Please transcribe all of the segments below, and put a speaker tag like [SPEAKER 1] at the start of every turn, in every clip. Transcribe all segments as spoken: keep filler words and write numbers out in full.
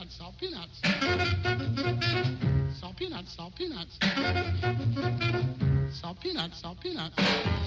[SPEAKER 1] peanuts, salt peanuts. Salt peanuts, salt peanuts. Salt peanuts, salt peanuts.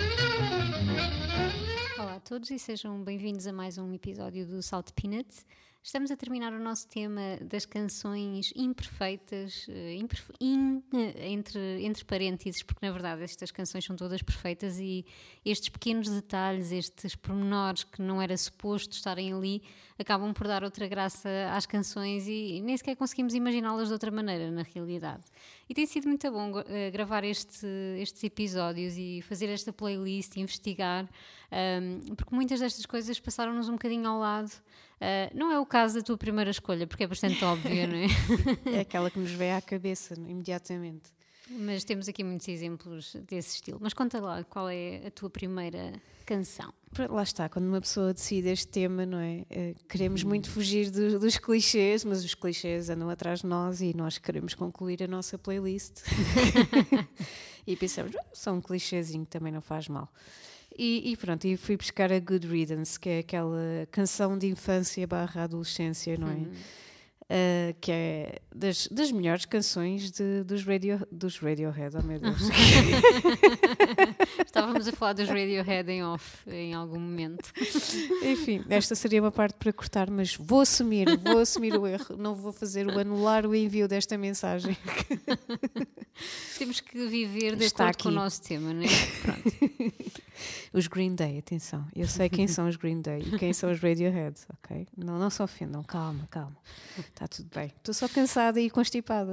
[SPEAKER 2] Olá a todos e sejam bem-vindos a mais um episódio do Salt Peanuts. Estamos a terminar o nosso tema das canções imperfeitas, imperfe... in... entre, entre parênteses, porque na verdade estas canções são todas perfeitas e estes pequenos detalhes, estes pormenores que não era suposto estarem ali, acabam por dar outra graça às canções e nem sequer conseguimos imaginá-las de outra maneira na realidade. E tem sido muito bom uh, gravar este, estes episódios e fazer esta playlist, investigar, um, porque muitas destas coisas passaram-nos um bocadinho ao lado. Uh, não é o caso da tua primeira escolha, porque é bastante óbvio, não é?
[SPEAKER 3] É aquela que nos vem à cabeça imediatamente.
[SPEAKER 2] Mas temos aqui muitos exemplos desse estilo. Mas conta lá, qual é a tua primeira canção?
[SPEAKER 3] Lá está, quando uma pessoa decide este tema, não é? Uh, queremos muito fugir do, dos clichês, mas os clichês andam atrás de nós e nós queremos concluir a nossa playlist. E pensamos, oh, só um clichêzinho também não faz mal. E, e pronto, e fui buscar a Good Riddance, que é aquela canção de infância barra adolescência, não é? Hum. Uh, que é das, das melhores canções de, dos, radio, dos Radiohead, oh meu Deus.
[SPEAKER 2] Estávamos a falar dos Radiohead em off em algum momento.
[SPEAKER 3] Enfim, esta seria uma parte para cortar, mas vou assumir, vou assumir o erro, não vou fazer o anular o envio desta mensagem.
[SPEAKER 2] Temos que viver de
[SPEAKER 3] Está
[SPEAKER 2] acordo
[SPEAKER 3] aqui
[SPEAKER 2] com o nosso tema, não é? Pronto.
[SPEAKER 3] Os Green Day, atenção, eu sei quem são os Green Day e quem são os Radiohead, ok? Não, não se ofendam, calma, calma, está tudo bem. Estou só cansada e constipada.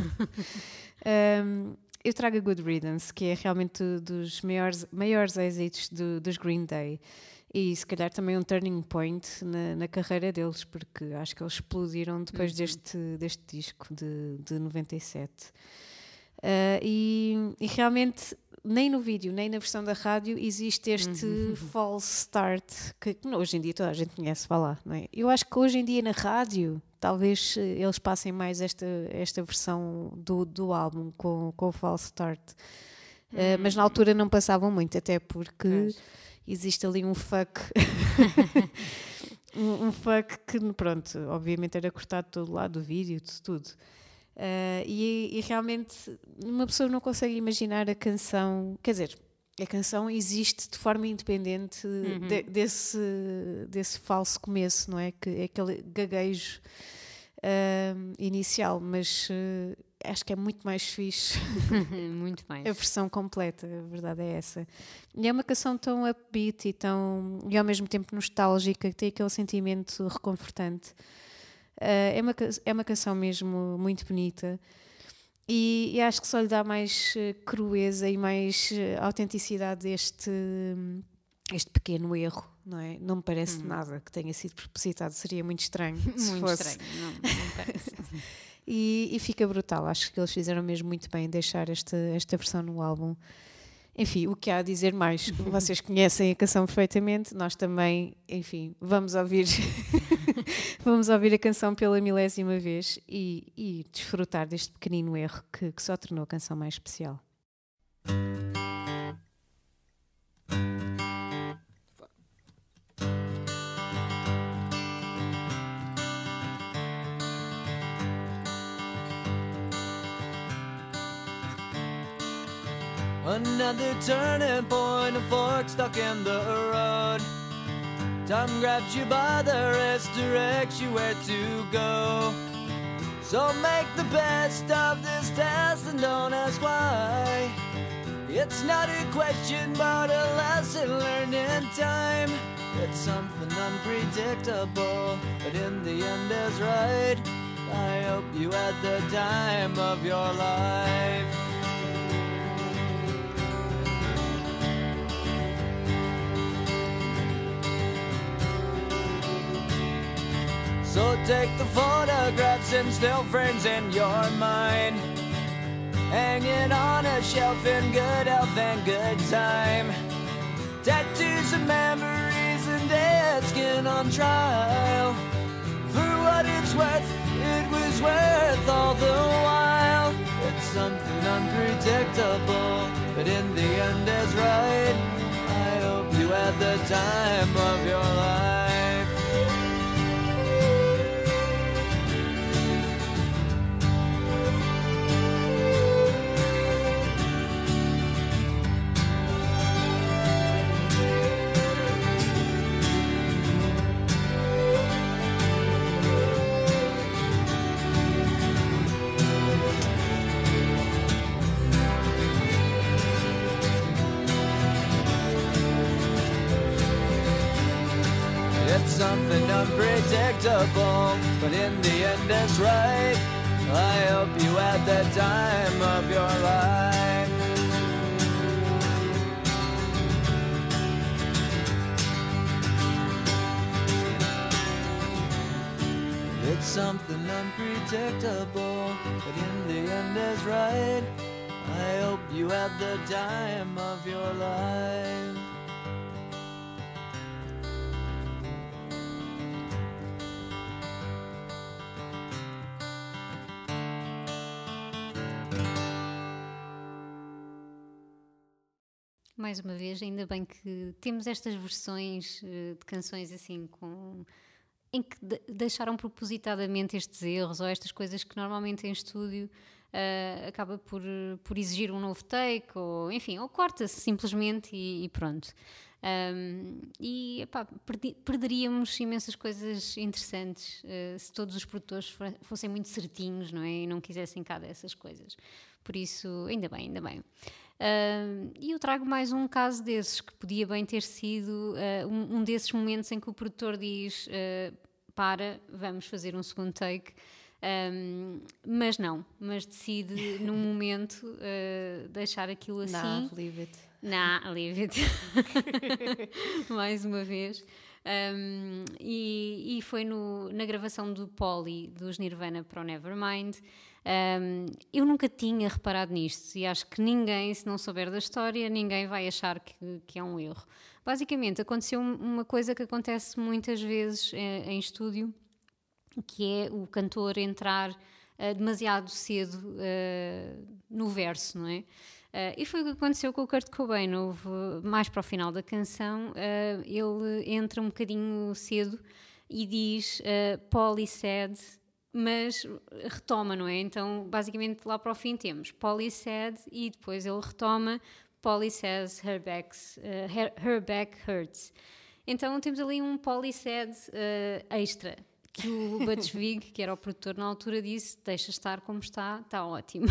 [SPEAKER 3] um, eu trago a Good Riddance, que é realmente dos maiores, maiores êxitos do, dos Green Day e se calhar também um turning point na, na carreira deles, porque acho que eles explodiram depois uhum. deste, deste disco de, de noventa e sete. Uh, e, e realmente nem no vídeo nem na versão da rádio existe este uhum. false start que, que hoje em dia toda a gente conhece falar, não é? Eu acho que hoje em dia na rádio talvez eles passem mais esta, esta versão do, do álbum com, com o false start, uhum. uh, mas na altura não passavam muito, até porque pois. Existe ali um fuck um, um fuck que pronto, obviamente era cortado de todo lado do vídeo, de tudo. Uh, e, e realmente uma pessoa não consegue imaginar a canção, quer dizer, a canção existe de forma independente uhum. de, desse, desse falso começo, não é? Que é aquele gaguejo uh, inicial, mas uh, acho que é muito mais fixe
[SPEAKER 2] muito mais.
[SPEAKER 3] A versão completa, a verdade é essa. E é uma canção tão upbeat e, tão, e ao mesmo tempo nostálgica, que tem aquele sentimento reconfortante. Uh, é, uma, é uma canção mesmo muito bonita e, e acho que só lhe dá mais uh, crueza e mais uh, autenticidade este, um, este pequeno erro, não é? Não me parece hum. nada que tenha sido propositado, seria muito estranho se
[SPEAKER 2] muito
[SPEAKER 3] fosse.
[SPEAKER 2] Estranho, não, não parece.
[SPEAKER 3] e, e fica brutal, acho que eles fizeram mesmo muito bem deixar esta, esta versão no álbum. Enfim, o que há a dizer mais? Vocês conhecem a canção perfeitamente, nós também, enfim, vamos ouvir vamos ouvir a canção pela milésima vez e, e desfrutar deste pequenino erro que, que só tornou a canção mais especial.
[SPEAKER 4] Another turning point, a fork stuck in the road. Time grabs you by the wrist, directs you where to go. So make the best of this test and don't ask why. It's not a question but a lesson learned in time. It's something unpredictable, but in the end is right. I hope you had the time of your life. So take the photographs and still frames in your mind, hanging on a shelf in good health and good time. Tattoos and memories and dead skin on trial. For what it's worth, it was worth all the while. It's something unpredictable, but in the end is right. I hope you had the time of your life. unpredictable, but in the end it's right. I hope you had the time of your life. It's something unpredictable, but in the end is right. I hope you had the time of your life.
[SPEAKER 2] Mais uma vez, ainda bem que temos estas versões uh, de canções assim com... em que de- deixaram propositadamente estes erros ou estas coisas que normalmente em estúdio uh, acaba por, por exigir um novo take, ou enfim, ou corta-se simplesmente e, e pronto. Um, e epá, perdi, perderíamos imensas coisas interessantes uh, se todos os produtores fossem muito certinhos, não é? E não quisessem cá dessas coisas. Por isso, ainda bem, ainda bem. Uh, e eu trago mais um caso desses, que podia bem ter sido uh, um, um desses momentos em que o produtor diz uh, para, vamos fazer um segundo take, um, mas não, mas decide num momento uh, deixar aquilo assim.
[SPEAKER 3] Nah, leave it.
[SPEAKER 2] Nah, leave it. Mais uma vez. Um, e, e foi no, na gravação do Polly dos Nirvana para o Nevermind. Um, eu nunca tinha reparado nisto e acho que ninguém, se não souber da história, ninguém vai achar que, que é um erro. Basicamente aconteceu uma coisa que acontece muitas vezes eh, em estúdio, que é o cantor entrar uh, demasiado cedo uh, no verso, não é? Uh, e foi o que aconteceu com o Kurt Cobain. Houve, mais para o final da canção, uh, ele entra um bocadinho cedo e diz uh, Polly said, mas retoma, não é? Então, basicamente, lá para o fim temos Polly said e depois ele retoma Polly says her, backs, uh, her, her back hurts. Então temos ali um Polly said uh, extra, que o Butch Vig, que era o produtor na altura, disse, deixa estar como está, está ótimo.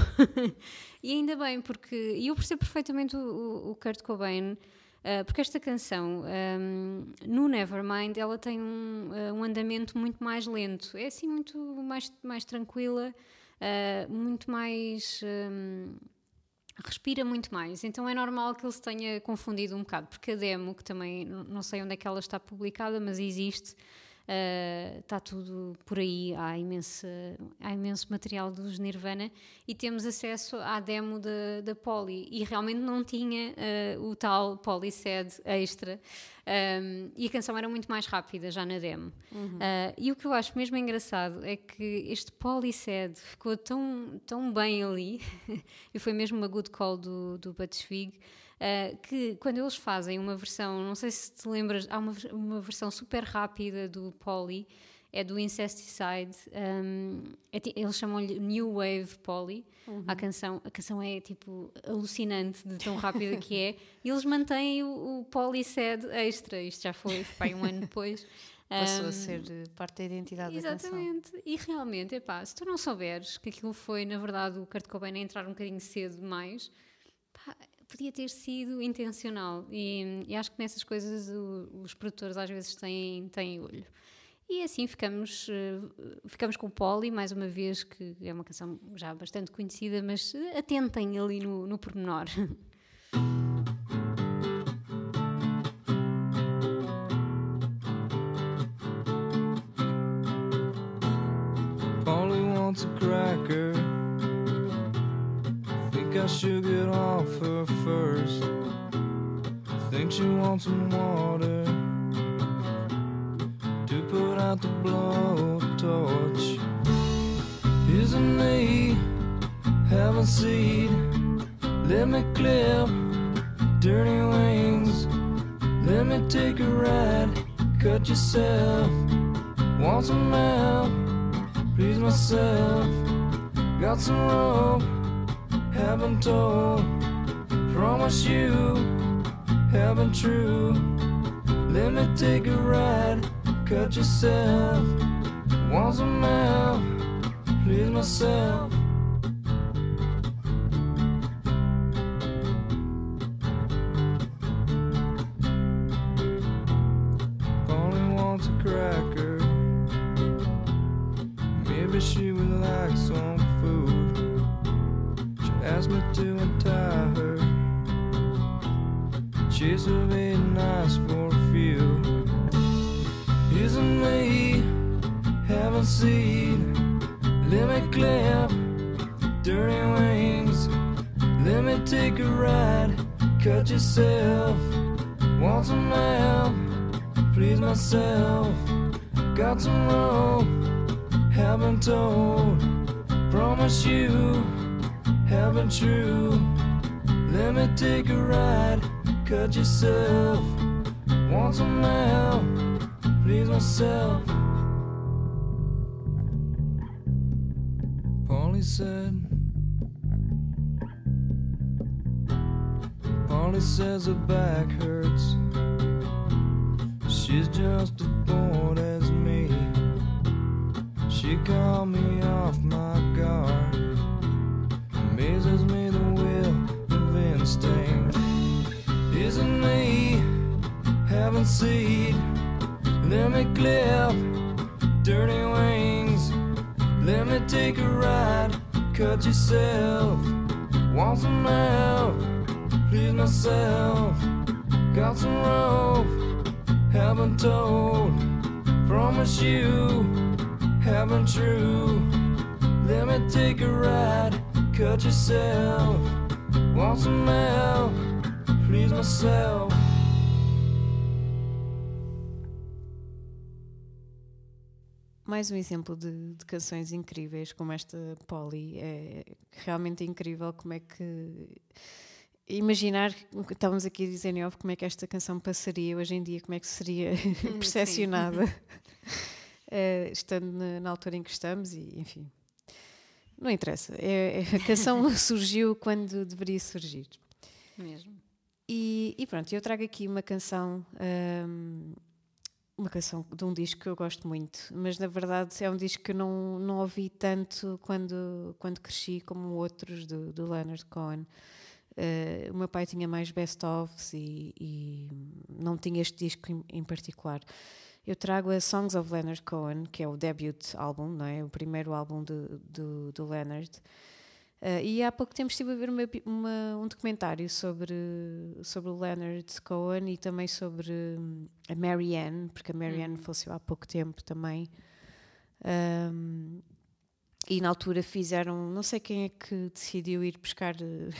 [SPEAKER 2] E ainda bem, porque e eu percebo perfeitamente o, o Kurt Cobain, uh, porque esta canção, um, no Nevermind, ela tem um, uh, um andamento muito mais lento, é assim muito mais, mais tranquila, uh, muito mais... Um, respira muito mais, então é normal que ele se tenha confundido um bocado, porque a demo, que também não sei onde é que ela está publicada, mas existe, uh, está tudo por aí, há imenso, há imenso material dos Nirvana e temos acesso à demo da, da Polly e realmente não tinha uh, o tal Polly said extra, um, e a canção era muito mais rápida já na demo. Uhum. Uh, e o que eu acho mesmo engraçado é que este Polly said ficou tão, tão bem ali e foi mesmo uma good call do, do Butch Vig, uh, que quando eles fazem uma versão, não sei se te lembras, há uma, uma versão super rápida do Polly, é do Incesticide, um, é, eles chamam-lhe New Wave Polly. Uhum. a, canção, a canção é tipo alucinante de tão rápida que é, e eles mantêm o, o Polly said extra, isto já foi, foi um ano depois.
[SPEAKER 3] Passou
[SPEAKER 2] um,
[SPEAKER 3] a ser parte da identidade
[SPEAKER 2] exatamente.
[SPEAKER 3] da canção.
[SPEAKER 2] Exatamente, e realmente, epá, se tu não souberes que aquilo foi, na verdade, o Kurt Cobain a entrar um bocadinho cedo demais, pá, podia ter sido intencional, e, e acho que nessas coisas o, os produtores às vezes têm, têm olho. E assim ficamos, uh, ficamos com o Polly, mais uma vez, que é uma canção já bastante conhecida, mas atentem ali no, no pormenor.
[SPEAKER 4] Polly wants a cracker. Think I should get off her first. Think she wants some water to put out the blowtorch. Here's a knee, have a seat. Let me clip dirty wings. Let me take a ride, cut yourself. Want some help, please myself. Got some rope, haven't told. Promise you, haven't true. Let me take a ride, cut yourself. Want some help, please myself. Polly wants a cracker. Heaven seed, let me clip dirty wings. Let me take a ride, cut yourself. Want some help, please myself. Got some rope, haven't told. Promise you, haven't true. Let me take a ride, cut yourself. Want some help, please myself. Polly said, Polly says her back hurts. She's just as bored as me. She called me off my guard. Amazes me the will of instinct. Isn't me having seed? Let me clip dirty wings. Let me take a ride, cut yourself. Want some help, please myself. Got some rope, haven't told. Promise you, haven't true. Let me take a ride, cut yourself. Want some help, please myself.
[SPEAKER 3] Mais um exemplo de, de canções incríveis como esta Polly. É realmente incrível como é que... Imaginar, estávamos aqui a dizer em off, como é que esta canção passaria hoje em dia, como é que seria percepcionada, uh, estando na, na altura em que estamos e, enfim, não interessa. É, é, a canção surgiu quando deveria surgir.
[SPEAKER 2] Mesmo.
[SPEAKER 3] E, e pronto, eu trago aqui uma canção... Um, uma canção de um disco que eu gosto muito, mas na verdade é um disco que eu não, não ouvi tanto quando, quando cresci como outros do, do Leonard Cohen. Uh, o meu pai tinha mais best-ofs e, e não tinha este disco em, em particular. Eu trago a Songs of Leonard Cohen, que é o debut álbum, não é? O primeiro álbum do, do, do Leonard. Uh, e há pouco tempo estive a ver uma, uma, um documentário sobre, sobre o Leonard Cohen e também sobre um, a Marianne, porque a Marianne uhum. faleceu há pouco tempo também. Um, e na altura fizeram, não sei quem é que decidiu ir buscar,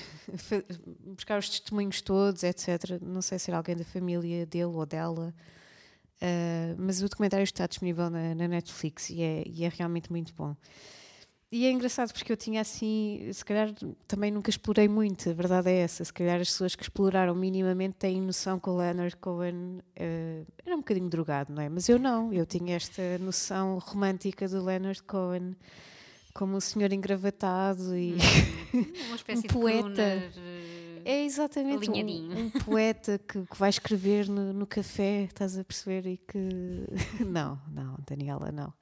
[SPEAKER 3] buscar os testemunhos todos, etcétera. Não sei se era alguém da família dele ou dela. Uh, mas o documentário está disponível na, na Netflix e é, e é realmente muito bom. E é engraçado porque eu tinha assim, se calhar também nunca explorei muito, a verdade é essa, se calhar as pessoas que exploraram minimamente têm noção que o Leonard Cohen uh, era um bocadinho drogado, não é? Mas eu não, eu tinha esta noção romântica do Leonard Cohen como um senhor engravatado e
[SPEAKER 2] uma espécie
[SPEAKER 3] um poeta.
[SPEAKER 2] De crooner,
[SPEAKER 3] é exatamente um, um poeta que, que vai escrever no, no café, estás a perceber? E que... Não, não, Daniela, não.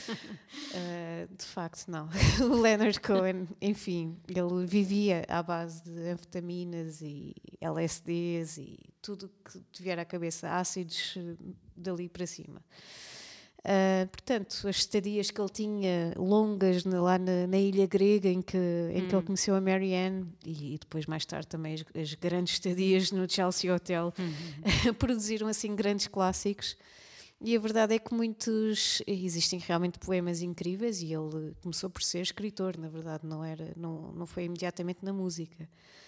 [SPEAKER 3] Uh, de facto, não. O Leonard Cohen, enfim, ele vivia à base de anfetaminas e L S Ds e tudo que te vier à cabeça, ácidos dali para cima. Uh, portanto, as estadias que ele tinha longas na, lá na, na ilha grega em que, em hum. que ele conheceu a Marianne e, e depois mais tarde também as, as grandes estadias no Chelsea Hotel uhum. produziram assim grandes clássicos e a verdade é que muitos, existem realmente poemas incríveis e ele começou por ser escritor, na verdade não, era, não, não foi imediatamente na música.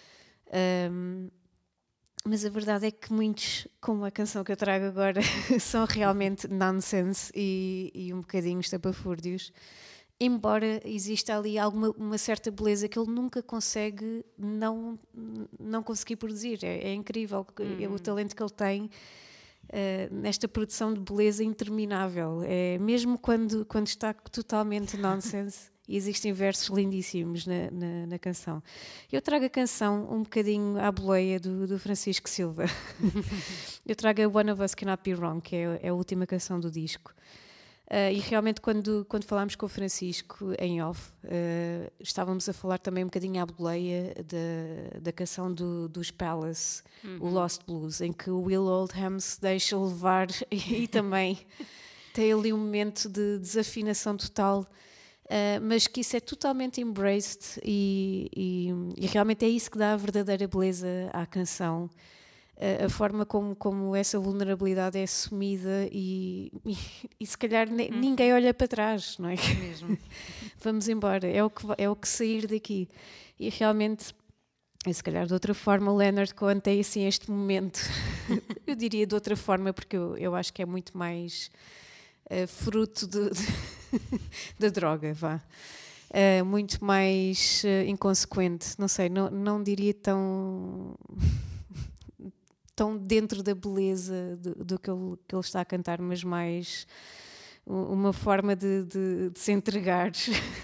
[SPEAKER 3] Um, Mas a verdade é que muitos, como a canção que eu trago agora, são realmente nonsense e, e um bocadinho estapafúrdios, embora exista ali alguma, uma certa beleza que ele nunca consegue não, não conseguir produzir. É, é incrível uhum. o talento que ele tem uh, nesta produção de beleza interminável. É, mesmo quando, quando está totalmente nonsense, e existem versos lindíssimos na, na, na canção. Eu trago a canção um bocadinho à boleia do, do Francisco Silva. Eu trago a One of Us Cannot Be Wrong, que é, é a última canção do disco. Uh, e realmente quando, quando falámos com o Francisco em off, uh, estávamos a falar também um bocadinho à boleia da, da canção do, dos Palace, uhum. o Lost Blues, em que o Will Oldham se deixa levar e, e também tem ali um momento de desafinação total. Uh, mas que isso é totalmente embraced e, e, e realmente é isso que dá a verdadeira beleza à canção. a, a forma como, como essa vulnerabilidade é assumida e, e, e se calhar ne,
[SPEAKER 2] Hum.
[SPEAKER 3] ninguém olha para trás, não é?
[SPEAKER 2] Mesmo.
[SPEAKER 3] Vamos embora, é o, que, va- é o que sair daqui. E realmente, e se calhar de outra forma, o Leonard Cohen tem assim este momento, eu diria de outra forma, porque eu, eu acho que é muito mais uh, fruto de, de, da droga, vá. Uh, muito mais uh, inconsequente, não sei, não, não diria tão, tão dentro da beleza do, do que, ele, que ele está a cantar, mas mais u- uma forma de, de, de se entregar.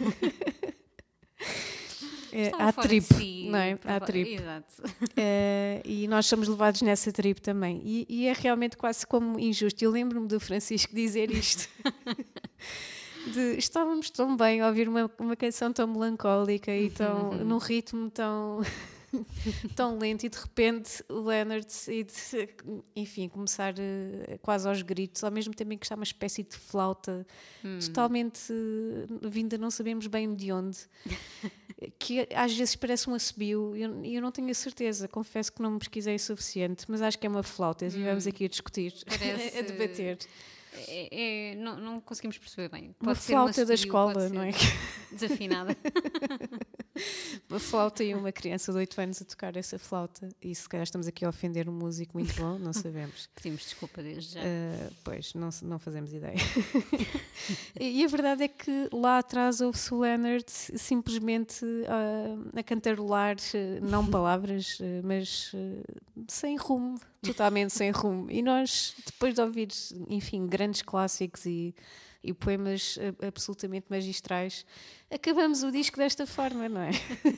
[SPEAKER 3] É,
[SPEAKER 2] Estava
[SPEAKER 3] à
[SPEAKER 2] fora
[SPEAKER 3] trip,
[SPEAKER 2] de si,
[SPEAKER 3] não é?
[SPEAKER 2] prova-
[SPEAKER 3] À trip.
[SPEAKER 2] Exato.
[SPEAKER 3] Eh, e nós somos levados nessa trip também. E, e é realmente quase como injusto. Eu lembro-me do Francisco dizer isto. De, estávamos tão bem a ouvir uma, uma canção tão melancólica e tão,
[SPEAKER 2] Uhum.
[SPEAKER 3] num ritmo tão, tão lento, e de repente o Leonard, e de, enfim, começar eh, quase aos gritos, ao mesmo tempo em que está uma espécie de flauta
[SPEAKER 2] Hum.
[SPEAKER 3] totalmente eh, vinda, não sabemos bem de onde, que às vezes parece um assobio, e eu, eu não tenho a certeza, confesso que não me pesquisei o suficiente, mas acho que é uma flauta, e vamos aqui a discutir,
[SPEAKER 2] Parece-
[SPEAKER 3] a debater.
[SPEAKER 2] É, é- não, não conseguimos perceber bem.
[SPEAKER 3] Uma
[SPEAKER 2] Pode ser um
[SPEAKER 3] flauta da
[SPEAKER 2] assobio,
[SPEAKER 3] escola,
[SPEAKER 2] pode
[SPEAKER 3] não é?
[SPEAKER 2] ser desafinada.
[SPEAKER 3] Uma flauta e uma criança de oito anos a tocar essa flauta, e se calhar estamos aqui a ofender um músico muito bom, não sabemos.
[SPEAKER 2] Pedimos desculpa desde já.
[SPEAKER 3] Uh, pois, não, não fazemos ideia. E a verdade é que lá atrás ouve-se o Leonard simplesmente uh, a cantarolar, uh, não palavras, uh, mas uh, sem rumo, totalmente sem rumo. E nós, depois de ouvir, enfim, grandes clássicos e, e poemas uh, absolutamente magistrais, acabamos o disco desta forma, não é?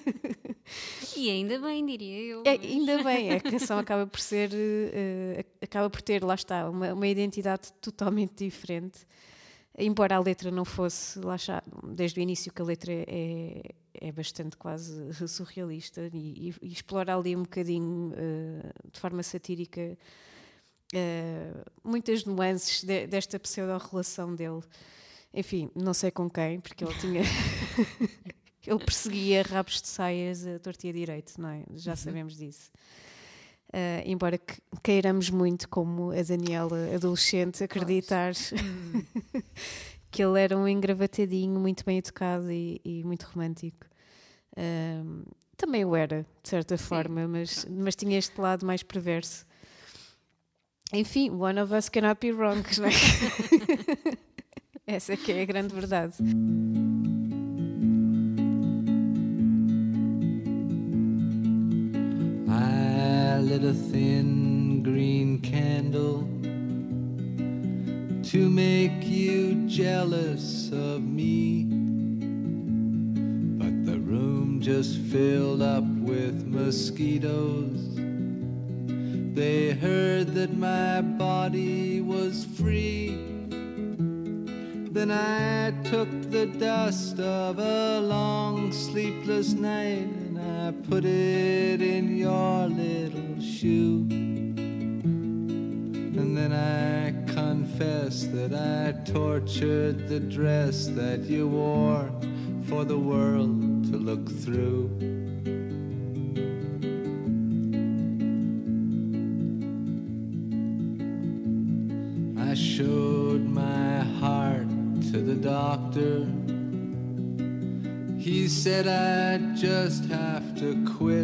[SPEAKER 2] E ainda bem, diria eu.
[SPEAKER 3] É,
[SPEAKER 2] mas-
[SPEAKER 3] ainda bem, a canção acaba por ser, uh, acaba por ter, lá está, uma, uma identidade totalmente diferente, embora a letra não fosse, lá está, desde o início que a letra é, é bastante quase surrealista e, e explora ali um bocadinho, uh, de forma satírica, uh, muitas nuances de, desta pseudo-relação dele. Enfim, não sei com quem, porque ele tinha... Ele perseguia rabos de saias a torto e a direito, não é? Já sabemos disso. Uh, embora que queiramos muito, como a Daniela, adolescente, acreditar que ele era um engravatadinho, muito bem educado e, e muito romântico. Um, também o era, de certa
[SPEAKER 2] Sim.
[SPEAKER 3] forma, mas, mas tinha este lado mais perverso. Enfim, one of us cannot be wrong, não é? Essa que é a grande verdade.
[SPEAKER 4] I lit a thin green candle to make you jealous of me, but the room just filled up with mosquitoes. They heard that my body was free. Then I took the dust of a long sleepless night and I put it in your little shoe. And then I confess that I tortured the dress that you wore for the world to look through. I showed my heart to the doctor. He said I'd just have to quit.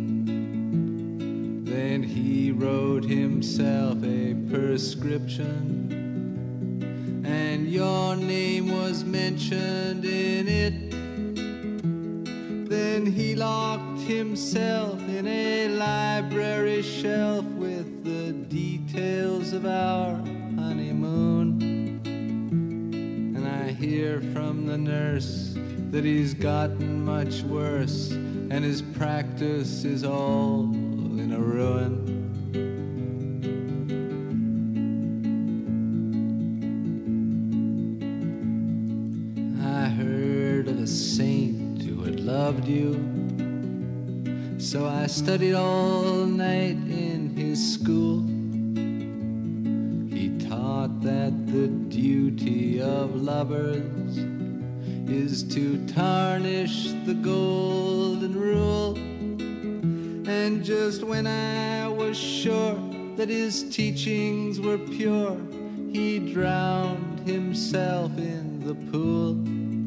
[SPEAKER 4] Then he wrote himself a prescription, and your name was mentioned in it. Then he locked himself in a library shelf with the details of our honeymoon. And I hear from the nurse that he's gotten much worse, and his practice is all in a ruin. I heard of a saint who had loved you, so I studied all night in his school. He taught that the duty of lovers is to tarnish the golden rule.
[SPEAKER 5] And just when I was sure that his teachings were pure, he drowned himself in the pool.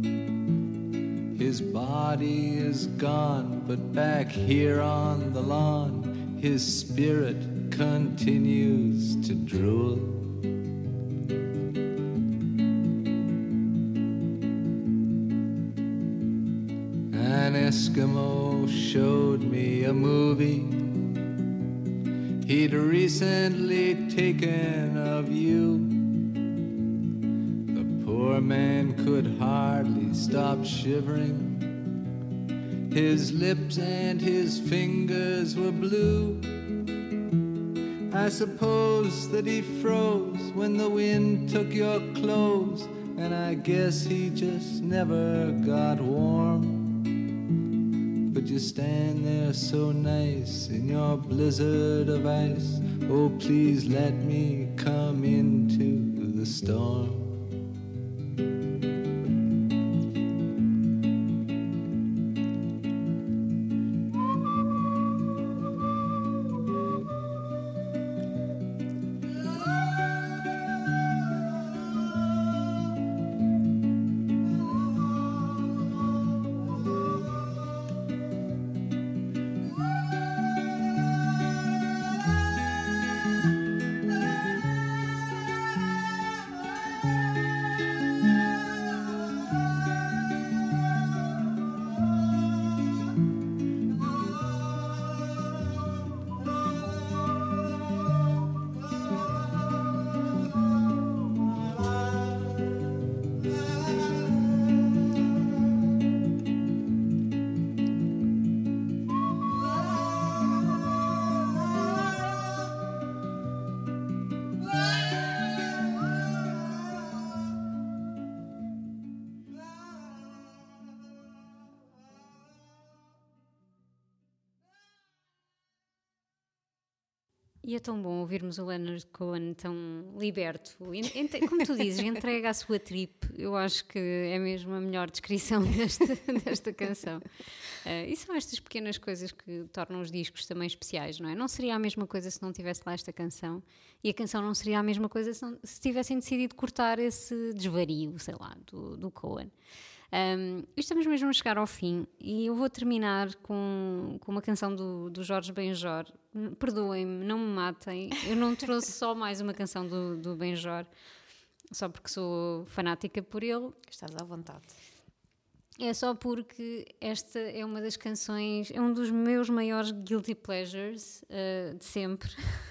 [SPEAKER 5] His body is gone, but back here on the lawn, his spirit continues to drool. An Eskimo showed me a movie he'd recently taken of you. The poor man could hardly stop shivering. His lips and his fingers were blue. I suppose that he froze when the wind took your clothes, and I guess he just never got warm. But you stand there so nice in your blizzard of ice. Oh, please let me come into the storm.
[SPEAKER 2] E é tão bom ouvirmos o Leonard Cohen tão liberto, como tu dizes, entrega a sua trip. Eu acho que é mesmo a melhor descrição desta, desta canção. Uh, e são estas pequenas coisas que tornam os discos também especiais, não é? Não seria a mesma coisa se não tivesse lá esta canção, e a canção não seria a mesma coisa se, não, se tivessem decidido cortar esse desvario, sei lá, do, do Cohen. Um, estamos mesmo a chegar ao fim e eu vou terminar com, com uma canção do, do Jorge Benjor. Perdoem-me, não me matem, eu não trouxe só mais uma canção do, do Benjor só porque sou fanática por ele.
[SPEAKER 3] Estás à vontade.
[SPEAKER 2] É só porque esta é uma das canções, é um dos meus maiores guilty pleasures uh, de sempre.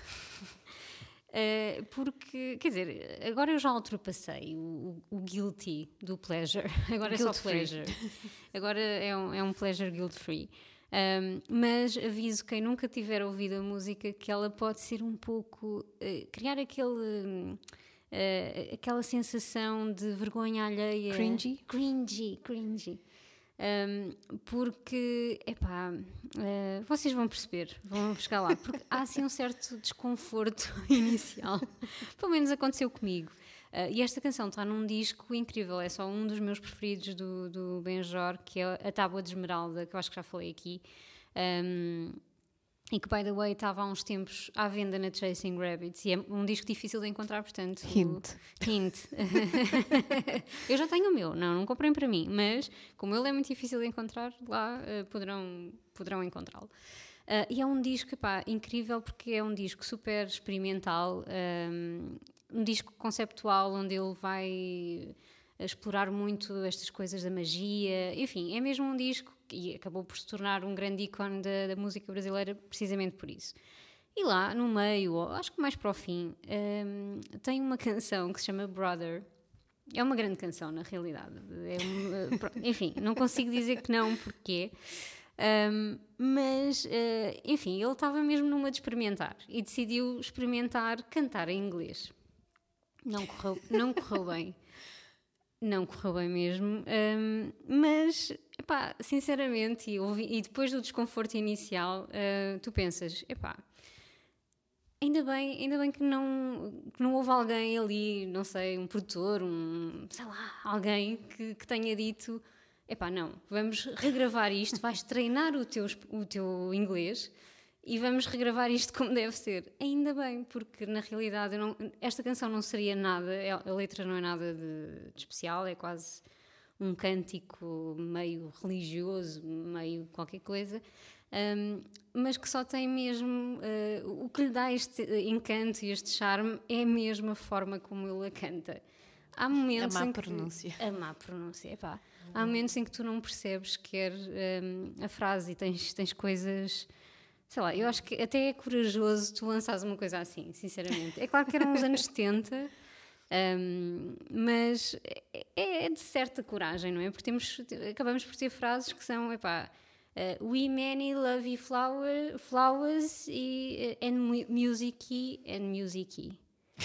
[SPEAKER 2] Uh, porque, quer dizer, agora eu já ultrapassei o, o, o guilty do pleasure, agora é só pleasure, agora é um, é um pleasure guilt-free. Um, mas aviso quem nunca tiver ouvido a música que ela pode ser um pouco, uh, criar aquele, uh, aquela sensação de vergonha alheia.
[SPEAKER 3] Cringy?
[SPEAKER 2] Cringy, cringy. Um, porque, epá, uh, vocês vão perceber, vão buscar lá, porque há assim um certo desconforto inicial, pelo menos aconteceu comigo. Uh, e esta canção está num disco incrível, é só um dos meus preferidos do, do Benjor, que é a Tábua de Esmeralda, que eu acho que já falei aqui. Um, E que, by the way, estava há uns tempos à venda na Chasing Rabbits. E é um disco difícil de encontrar, portanto...
[SPEAKER 3] Hint.
[SPEAKER 2] O... Hint. Eu já tenho o meu. Não, não comprei para mim. Mas, como ele é muito difícil de encontrar, lá uh, poderão, poderão encontrá-lo. Uh, e é um disco, pá, incrível, porque é um disco super experimental. Um, um disco conceptual, onde ele vai explorar muito estas coisas da magia. Enfim, é mesmo um disco e acabou por se tornar um grande ícone da, da música brasileira precisamente por isso. E lá no meio, acho que mais para o fim, um, tem uma canção que se chama Brother. É uma grande canção, na realidade. É uma, enfim, não consigo dizer que não, porque um, mas, uh, enfim, ele estava mesmo numa de experimentar e decidiu experimentar cantar em inglês. Não correu, não correu bem. Não correu bem mesmo, um, mas, epá, sinceramente, e, ouvi, e depois do desconforto inicial, uh, tu pensas, epá, ainda bem, ainda bem que não, que não houve alguém ali, não sei, um produtor, um, sei lá, alguém que, que tenha dito, epá, não, vamos regravar isto, vais treinar o teu, o teu inglês, e vamos regravar isto como deve ser. Ainda bem, porque na realidade eu não, esta canção não seria nada, a letra não é nada de, de especial, é quase um cântico meio religioso, meio qualquer coisa, um, mas que só tem mesmo, uh, o que lhe dá este encanto e este charme é mesmo a forma como ele a canta. Há momentos
[SPEAKER 3] a má
[SPEAKER 2] em que,
[SPEAKER 3] pronúncia.
[SPEAKER 2] A má pronúncia, epá. Há momentos em que tu não percebes quer um, a frase e tens, tens coisas... Sei lá, eu acho que até é corajoso tu lançares uma coisa assim, sinceramente. É claro que eram os anos setenta, um, mas é, é de certa coragem, não é? Porque temos, acabamos por ter frases que são, epá, uh, we many love you flower, flowers e, uh, and musicy and musicy.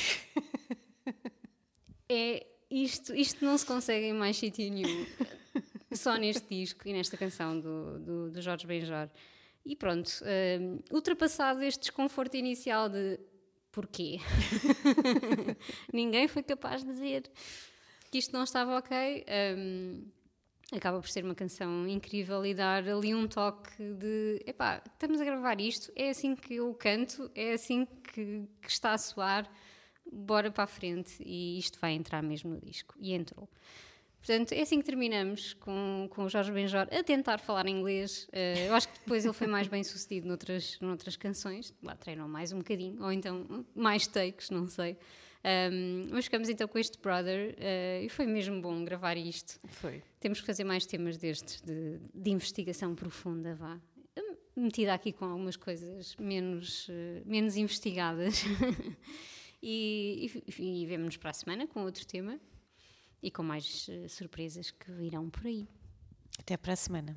[SPEAKER 2] É, isto, isto não se consegue em mais sítio nenhum, só neste disco e nesta canção do, do, do Jorge Benjor. E pronto, um, ultrapassado este desconforto inicial de porquê? Ninguém foi capaz de dizer que isto não estava ok. Um, acaba por ser uma canção incrível e dar ali um toque de epá, estamos a gravar isto, é assim que eu canto, é assim que, que está a soar, bora para a frente e isto vai entrar mesmo no disco. E entrou. Portanto, é assim que terminamos com, com o Jorge Benjor a tentar falar inglês. Uh, eu acho que depois ele foi mais bem sucedido noutras, noutras canções. Lá treinou mais um bocadinho, ou então mais takes, não sei. Um, mas ficamos então com este Brother uh, e foi mesmo bom gravar isto.
[SPEAKER 3] Foi.
[SPEAKER 2] Temos que fazer mais temas destes de, de investigação profunda, vá. Metida aqui com algumas coisas menos, uh, menos investigadas. e e, e vemo-nos para a semana com outro tema. E com mais uh, surpresas que virão por aí.
[SPEAKER 3] Até para a semana.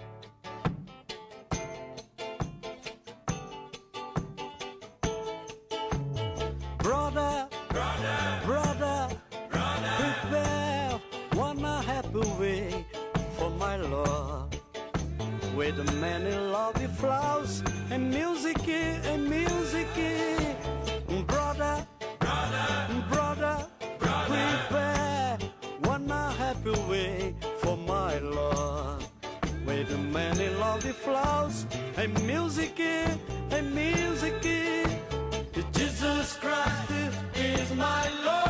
[SPEAKER 4] Brother, brother, brother, brother, prepare one happy way for my love. With many lovely flowers and music and music. Brother, brother, brother, prepare one happy way for my love. With many lovely flowers and music and music. Jesus Christ is my Lord.